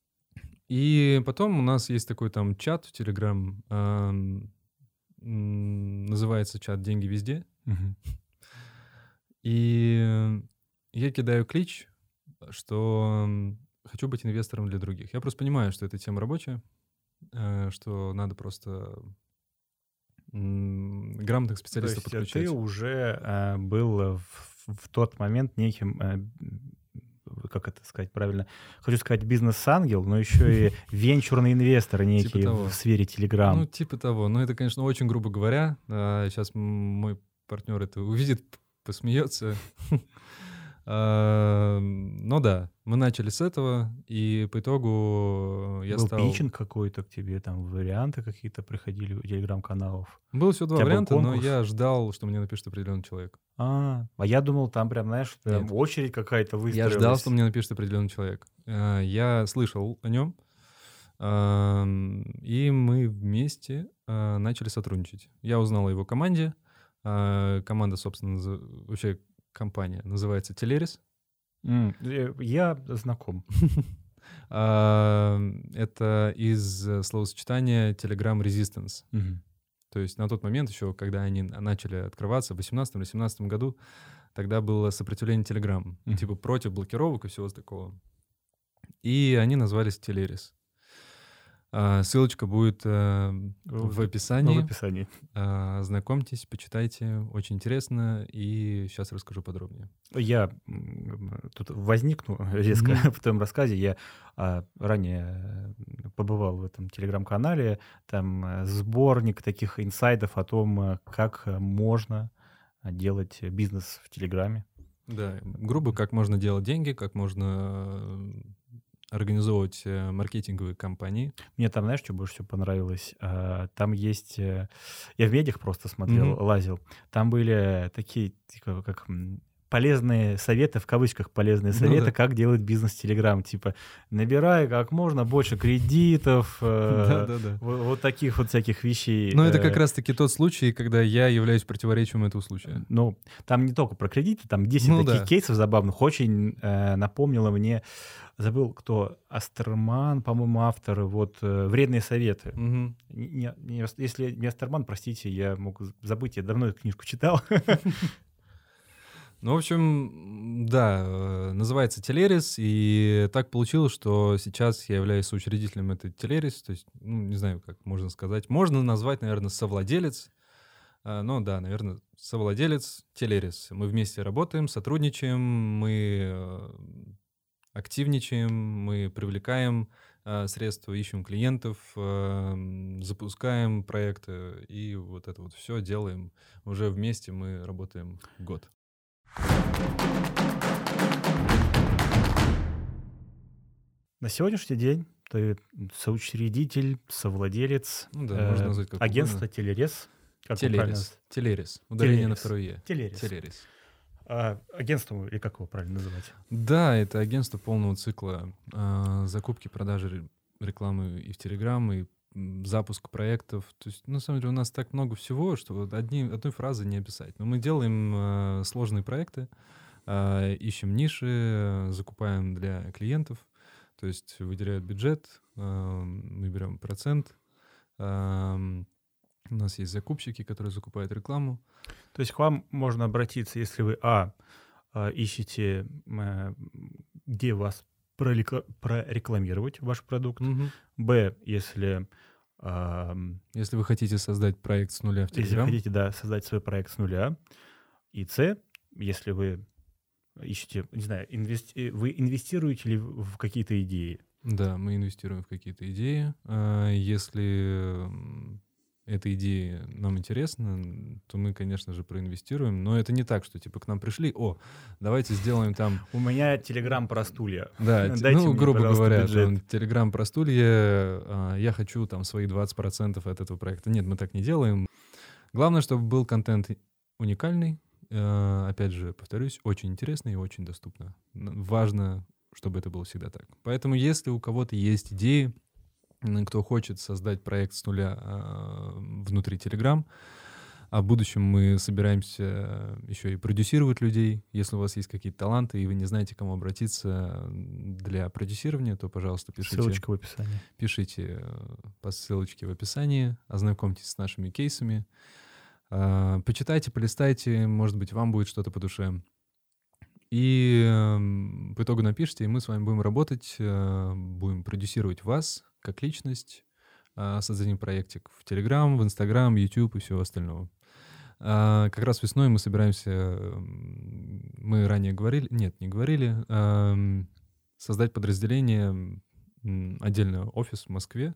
И потом у нас есть такой там чат в Телеграм, ам, м, называется чат «Деньги везде». Мгм. И я кидаю клич, что м, хочу быть инвестором для других. Я просто понимаю, что эта тема рабочая, э, что надо просто м, грамотных То специалистов есть э, ты подключать. уже э, был э, в, в тот момент неким, э, м, как это сказать правильно, хочу сказать бизнес-ангел, но еще и венчурный инвестор некий того. в сфере Ну, Telegram. типа того. Но это, конечно, очень грубо говоря. Сейчас мой партнер это увидит, п- посмеется. А, Ну да, мы начали с этого, и по итогу я Был стал... питчинг какой-то к тебе, там варианты какие-то приходили у телеграм-каналов. Было всего У два тебя был варианта, но конкурс? я ждал, что мне напишет определенный человек. А, а я думал, там прям, знаешь, прям Нет. очередь какая-то Я выстроилась. ждал, что мне напишет определенный человек. А, Я слышал о нем, ам, и мы вместе а, начали сотрудничать. Я узнал о его команде. А, Команда, собственно, назы- вообще компания называется Teleris. М, э, Я знаком. А, Это из э, словосочетания Telegram Resistance. Мгм. То есть на тот момент еще, когда они н- начали открываться в восемнадцатом или семнадцатом году, тогда было сопротивление Telegram, Мгм. типа против блокировок и всего такого. И они назвались Teleris. А, Ссылочка будет э, в В в описании. описании. А, Знакомьтесь, почитайте, очень интересно. И сейчас расскажу подробнее. Я м, тут возникну резко Мгм. в твоем рассказе. Я а, ранее э, побывал в этом телеграм-канале. Там э, сборник таких инсайдов о том, э, как э, можно э, делать бизнес в Телеграме. Да, грубо, как можно делать деньги, как можно э, организовывать э, маркетинговые кампании. Мне там, знаешь, что больше всего понравилось? А, Там есть... э, Я в медиах просто смотрел, Мгм. лазил. Там были такие, типа, как м, полезные советы, в кавычках полезные Ну советы, да. как делать бизнес в Телеграм. Типа, набирай как можно больше кредитов, э, Да-да-да. во- вот таких вот всяких вещей. Но это как э, раз-таки тот случай, когда я являюсь противоречием этого случая. Ну, там не только про кредиты, там десять Ну таких да. кейсов забавных. Очень э, напомнило мне, забыл кто, Астерман, по-моему, автор, вот э, «Вредные советы». Мгм. Не- не- не Ас- если не Астерман, простите, я мог з- забыть, я давно эту книжку читал. Ну, в общем, да, э, называется Teleris, и так получилось, что сейчас я являюсь соучредителем этой Teleris, то есть, ну, не знаю, как можно сказать. Можно назвать, наверное, совладелец, а, ну да, наверное, совладелец Teleris. Мы вместе работаем, сотрудничаем, мы э, активничаем, мы привлекаем э, средства, ищем клиентов, э, м, запускаем проекты, и вот это вот все делаем. Уже вместе мы работаем год. На сегодняшний день ты соучредитель, совладелец Ну да, можно э, назвать как агентства угодно. Телерес. Как вы правильно... Телерис. наз- Телерис. Ударение на Телерес. второе «е». Телерес. Телерис. А, агентство, или как его правильно называть? Да, это агентство полного цикла а, закупки, продажи ре- рекламы и в Телеграм, и м, запуск проектов. То есть, на самом деле, у нас так много всего, что вот одни, одной фразы не описать. Но мы делаем а, сложные проекты, а, ищем ниши, а, закупаем для клиентов. То есть выделяют бюджет, а, мы берем процент. а, У нас есть закупщики, которые закупают рекламу. То есть к вам можно обратиться, если вы, а, а, ищете, э, где вас прорекла- прорекламировать ваш продукт, Мгм. б, если, ам, Если вы хотите создать проект с нуля в если вы Telegram, хотите, да, создать свой проект с нуля, и С, если вы ищете, не знаю, инвести- вы инвестируете ли в в какие-то идеи? да, мы инвестируем в какие-то идеи. А, Если м, эта идея нам интересна, м, то мы, конечно же, проинвестируем. Но это не так, что типа к нам пришли, о, давайте сделаем там, У меня телеграм про стулья. да, те- Дайте ну, мне, грубо пожалуйста, говоря, бюджет. там, Telegram про стулья, а, я хочу там свои двадцать процентов от этого проекта. Нет, мы так не делаем. Главное, чтобы был контент уникальный. Э, Опять же, повторюсь, очень интересно и очень доступно. Н- Важно, чтобы это было всегда так. Поэтому, если у кого-то есть идеи, м, кто хочет создать проект с нуля а, внутри Telegram, а в будущем мы собираемся еще и продюсировать людей. Если у вас есть какие-то таланты, и вы не знаете, к кому обратиться для продюсирования, то, пожалуйста, пишите, Ссылочка в описании. пишите э, по ссылочке в описании, ознакомьтесь с нашими кейсами. А, Почитайте, полистайте, может быть, вам будет что-то по душе. И эм, по итогу напишите, и мы с вами будем работать, э, будем продюсировать вас как личность, а, создадим проектик в Telegram, в Instagram, YouTube и всего остального. А, Как раз весной мы собираемся, м, мы ранее говорили, нет, не говорили, ам, создать подразделение, м, отдельный офис в Москве,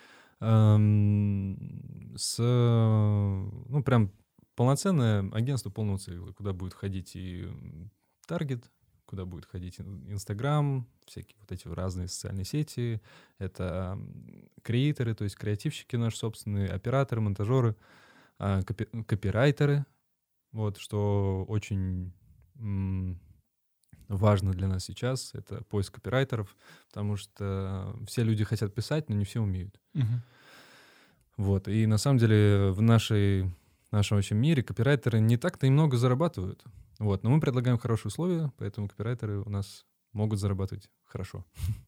ам, с, э, ну, прям полноценное агентство полного цикла, куда будет входить и м, таргет, куда будет ходить ин- Инстаграм, всякие вот эти разные социальные сети. Это м, креаторы, то есть креативщики наши собственные, операторы, монтажеры, а, копи- копирайтеры, вот, что очень м, важно для нас сейчас, это поиск копирайтеров, потому что все люди хотят писать, но не все умеют. Мгм. Вот. И на самом деле в нашей, нашем общем мире копирайтеры не так-то и много зарабатывают. Вот. Но мы предлагаем хорошие условия, поэтому копирайтеры у нас могут зарабатывать хорошо.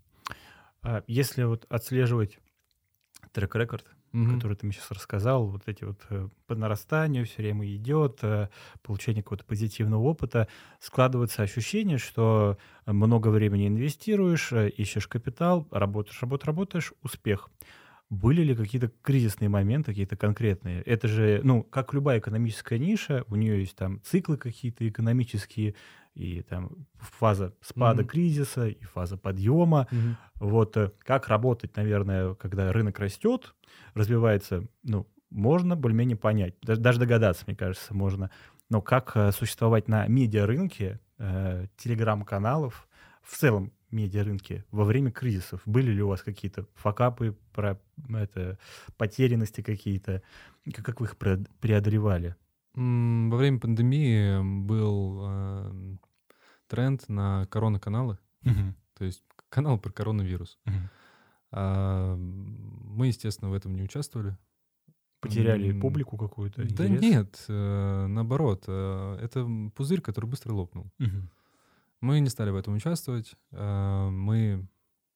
А если вот отслеживать трек-рекорд, Мгм. который ты мне сейчас рассказал, вот эти вот э, по нарастанию все время идет, э, получение какого-то позитивного опыта, складывается ощущение, что много времени инвестируешь, э, ищешь капитал, работаешь, работаешь, работаешь, успех. Были ли какие-то кризисные моменты, какие-то конкретные? Это же, ну, как любая экономическая ниша, у нее есть там циклы какие-то экономические, и там фаза спада Мгм. кризиса, и фаза подъема. Мгм. Вот э, как работать, наверное, когда рынок растет, развивается, ну, можно более-менее понять, даже, даже догадаться, мне кажется, можно. Но как э, существовать на медиарынке, э, телеграм-каналов, в целом медиарынке во время кризисов? Были ли у вас какие-то факапы, про это, потерянности какие-то? Как, как вы их пре- преодолевали? М, Во время пандемии был эм, тренд на коронаканалы, Мгм. то есть канал про коронавирус. Мгм. А, Мы, естественно, в этом не участвовали. Потеряли М, публику какую-то, Да интерес? нет, э, наоборот, э, это м, пузырь, который быстро лопнул. Мгм. Мы не стали в этом участвовать. а, Мы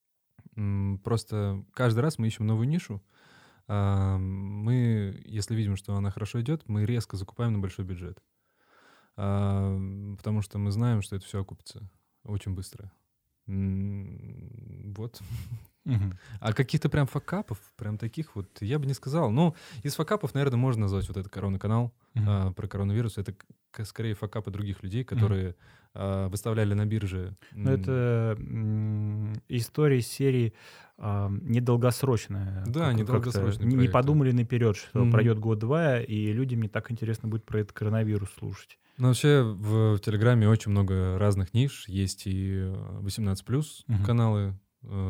м, просто каждый раз мы ищем новую нишу. а, Мы, если видим, что она хорошо идет, мы резко закупаем на большой бюджет. А, потому что мы знаем, что это все окупится очень быстро. М, Вот. Мгм. А каких-то прям факапов, прям таких вот, я бы не сказал. Ну, из факапов, наверное, можно назвать вот этот коронный-канал Мгм. а, про коронавирус. Это к- скорее факапы других людей, которые а, выставляли на бирже. Ну, м, это м, история из серии а, недолгосрочная. Да, Как- как-то недолгосрочные не, не проекты. подумали наперед, что Мгм. пройдет год-два, и людям не так интересно будет про этот коронавирус слушать. Ну, вообще в, в Телеграме очень много разных ниш. Есть и э, восемнадцать плюс Мгм. каналы,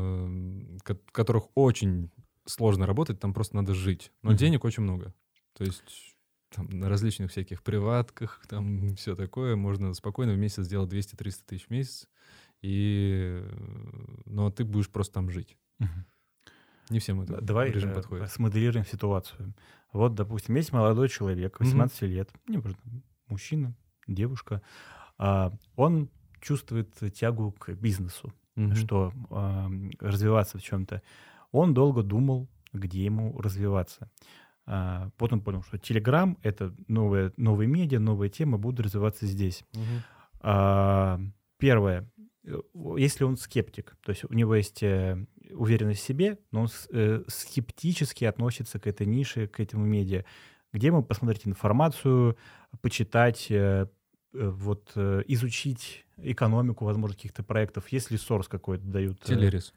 эм, ко- в которых очень сложно работать, там просто надо жить. Но Мгм. денег очень много. То есть там на различных всяких приватках, там все такое. Можно спокойно в месяц сделать двести-триста тысяч в месяц. И... э, Но ты будешь просто там жить. Мгм. Не всем Да, этот Давай режим э, подходит. смоделируем ситуацию. Вот, допустим, есть молодой человек, Мгм. восемнадцать лет, неважно, мужчина, девушка, а, он чувствует тягу к бизнесу, Мгм. что ам, развиваться в чем-то. Он долго думал, где ему развиваться. А, потом понял, что Telegram — это новая, новые медиа, новая тема, буду развиваться здесь. Мгм. А, Первое. э, о- Если он скептик, то есть у него есть э, уверенность в себе, но он с- э, скептически относится к этой нише, к этому медиа, где ему посмотреть информацию, почитать, э, э, вот, э, изучить экономику, возможно, каких-то проектов, если сорс какой-то дают. э, Телерис.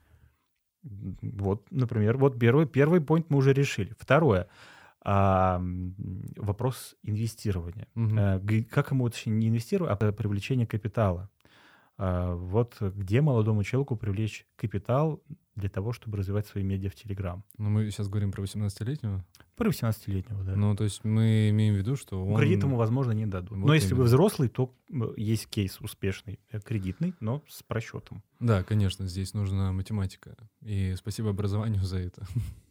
м, Вот, например, вот первый, первый point мы уже решили. Второе. а, м, Вопрос инвестирования. Мгм. Э, г- Как ему, точнее, не инвестировать, а привлечение капитала. А, Вот где молодому человеку привлечь капитал для того, чтобы развивать свои медиа в Телеграм? Но мы сейчас говорим про восемнадцатилетнего. Про восемнадцатилетнего, да. Ну, то есть мы имеем в виду, что Ну, кредит ему, он... возможно, не дадут. Но Вот если вы именно. взрослый, то м, есть кейс успешный, э, кредитный, но с просчетом. Да, конечно, здесь нужна математика. И спасибо образованию за это.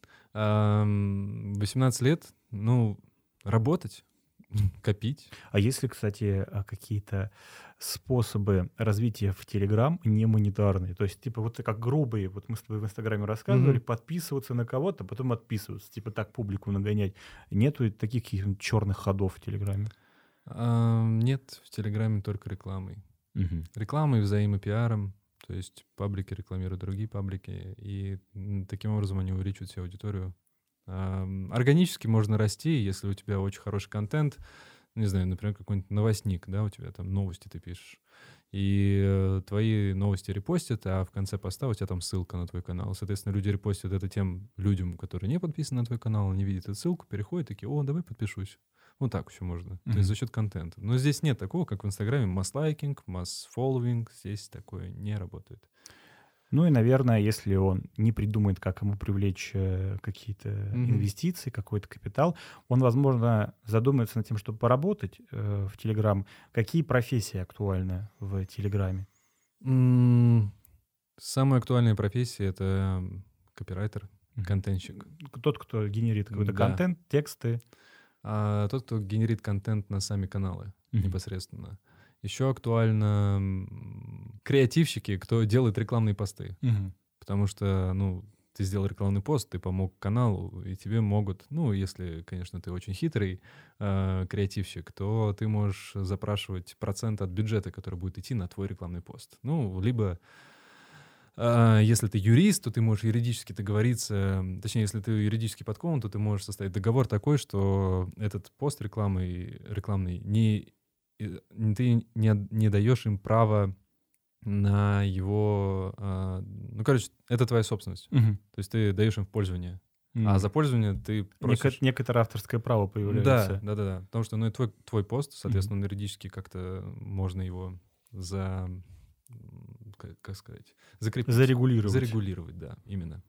Ам, восемнадцать лет, ну, работать, копить. А если, кстати, а, какие-то способы развития в Телеграм не монетарные? То есть, типа, вот как грубые, вот мы с тобой в Инстаграме рассказывали, Мгм. подписываться на кого-то, потом отписываться, типа так публику нагонять. Нету таких каких-нибудь черных ходов в Телеграме? Ам, Нет, в Телеграме только рекламой. Рекламой, взаимопиаром. То есть паблики рекламируют другие паблики, и м, таким образом они увеличивают себе аудиторию. Ам, Органически можно расти, если у тебя очень хороший контент. Не знаю, например, какой-нибудь новостник, да, у тебя там новости ты пишешь. И э, твои новости репостят, а в конце поста у тебя там ссылка на твой канал. Соответственно, люди репостят это тем людям, которые не подписаны на твой канал, они видят эту ссылку, переходят, такие: о, давай подпишусь. Вот так еще можно. То Мгм. есть за счет контента. Но здесь нет такого, как в Инстаграме, масс-лайкинг, масс-фолловинг. Здесь такое не работает. Ну и, наверное, если он не придумает, как ему привлечь э, какие-то Мгм. инвестиции, какой-то капитал, он, возможно, задумается над тем, чтобы поработать э, в Телеграм. Какие профессии актуальны в Телеграме? М, Самая актуальная профессия — это м, копирайтер, Мгм. контентщик. Тот, кто генерит какой-то Да. контент, тексты. А тот, кто генерит контент на сами каналы Мгм. непосредственно. Еще актуально м, креативщики, кто делает рекламные посты. Мгм. Потому что, ну, ты сделал рекламный пост, ты помог каналу, и тебе могут, ну, если, конечно, ты очень хитрый э, креативщик, то ты можешь запрашивать процент от бюджета, который будет идти на твой рекламный пост. Ну, либо, э, если ты юрист, то ты можешь юридически договориться, м, точнее, если ты юридически подкован, то ты можешь составить договор такой, что этот пост рекламный, рекламный не, и- не- ты не, от- не даешь им право на его... а, ну, короче, это твоя собственность. Мгм. То есть ты даешь им в пользование. А М. за пользование ты Неко- просишь... Некоторое авторское право Да, появляется. да, да, да. Потому что, ну, это твой, твой пост, соответственно, он юридически как-то можно его за... м, Как, как сказать? Закрепить. Зарегулировать. Зарегулировать, да, именно.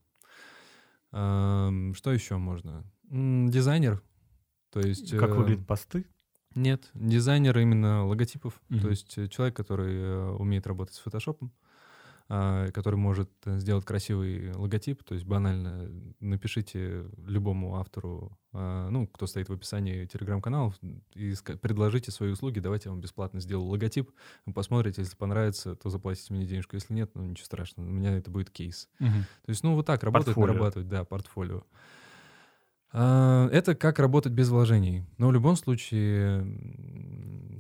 Ам, Что еще можно? М, Дизайнер. То есть... Как э, выглядят посты? Нет, дизайнер именно логотипов. Мгм. То есть э, человек, который э, умеет работать с фотошопом, а, который может э, сделать красивый логотип. То есть банально напишите любому автору, а, ну, кто стоит в описании телеграм-каналов, и ска- предложите свои услуги, давайте я вам бесплатно сделаю логотип. Вы посмотрите, если понравится, то заплатите мне денежку. Если нет, ну ничего страшного, у меня это будет кейс. Мгм. То есть, ну, вот так работать, Портфолио. нарабатывать, да, портфолио. А, Это как работать без вложений. Но в любом случае м,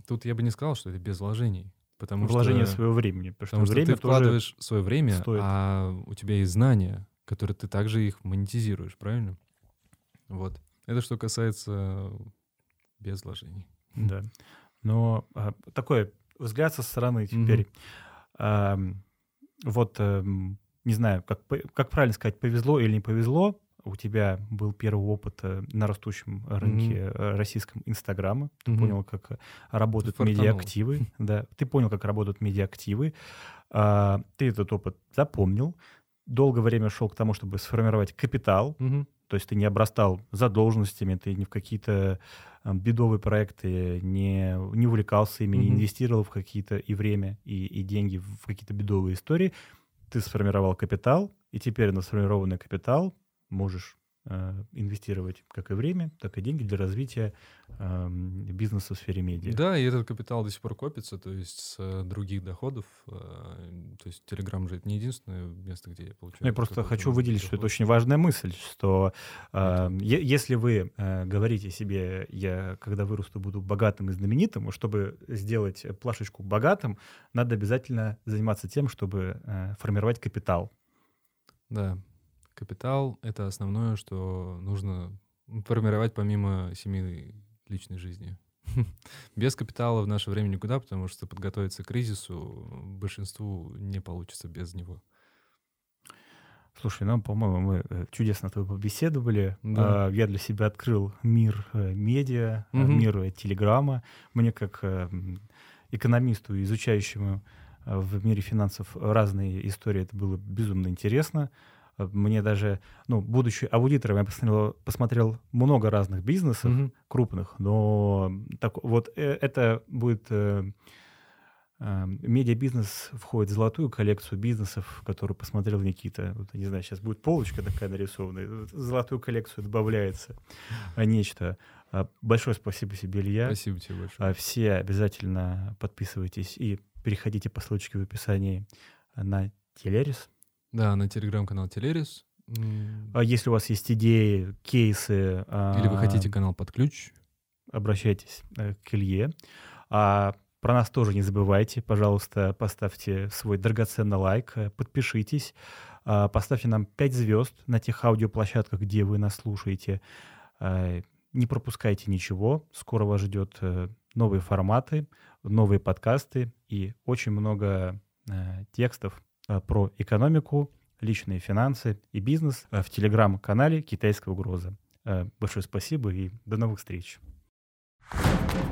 Тут я бы не сказал, что это без вложений. Потому Вложение что, своего времени. Потому, потому что что время ты тоже вкладываешь свое время, стоит. а у тебя есть знания, которые ты также их монетизируешь, правильно? Вот. Это что касается без вложений. Да. Но а, такой взгляд со стороны теперь. Ам, вот, эм, не знаю, как, по- как правильно сказать, повезло или не повезло. У тебя был первый опыт э, на растущем рынке э, российском Инстаграма. Ты Мгм. понял, как э, работают Фартануло. медиаактивы. Да. Ты понял, как работают медиаактивы. А, ты этот опыт запомнил. Долгое время шел к тому, чтобы сформировать капитал. Мгм. То есть ты не обрастал задолженностями, ты ни в какие-то а, бедовые проекты не, не увлекался ими, не Мгм. инвестировал в какие-то и время, и, и деньги в какие-то бедовые истории. Ты сформировал капитал, и теперь на сформированный капитал можешь э, инвестировать как и время, так и деньги для развития эм, бизнеса в сфере медиа. Да, и этот капитал до сих пор копится, то есть с э, других доходов. э, То есть Telegram же это не единственное место, где я Ну, я получаю просто какой-то хочу выделить, что это доход. очень важная мысль, что э, Это- е- если вы э, говорите себе, я когда вырасту буду богатым и знаменитым, и чтобы сделать плашечку богатым, надо обязательно заниматься тем, чтобы э, формировать капитал. Да, капитал — это основное, что нужно формировать помимо семейной личной жизни. Без капитала в наше время никуда, потому что подготовиться к кризису большинству не получится без него. Слушай, ну, по-моему, мы э, чудесно с тобой побеседовали. Да. А, Я для себя открыл мир э, медиа, э, Мгм. мир э, телеграмма. Мне как э, м, экономисту, изучающему э, в мире финансов разные истории, это было безумно интересно. Э, Мне даже, ну, будучи аудитором, я посмотрел, посмотрел много разных бизнесов Мгм. крупных, но так, вот э, это будет... э, а, Медиабизнес входит в золотую коллекцию бизнесов, которую посмотрел Никита. Вот, не знаю, сейчас будет полочка такая нарисованная. В золотую коллекцию добавляется а, нечто. А, Большое спасибо тебе, Илья. Спасибо тебе большое. А, Все обязательно подписывайтесь и переходите по ссылочке в описании на Телерис. Да, на телеграм-канал Телерис. М, А Если у вас есть идеи, кейсы, Или вы а, хотите канал под ключ? обращайтесь э, к Илье. А про нас тоже не забывайте, пожалуйста, поставьте свой драгоценный лайк, э, подпишитесь, а, поставьте нам пять звезд на тех аудиоплощадках, где вы нас слушаете. А, Не пропускайте ничего, скоро вас ждет э, новые форматы, новые подкасты и очень много э, текстов э, про экономику, личные финансы и бизнес э, в телеграм-канале «Китайская угроза». Э, Большое спасибо и до новых встреч.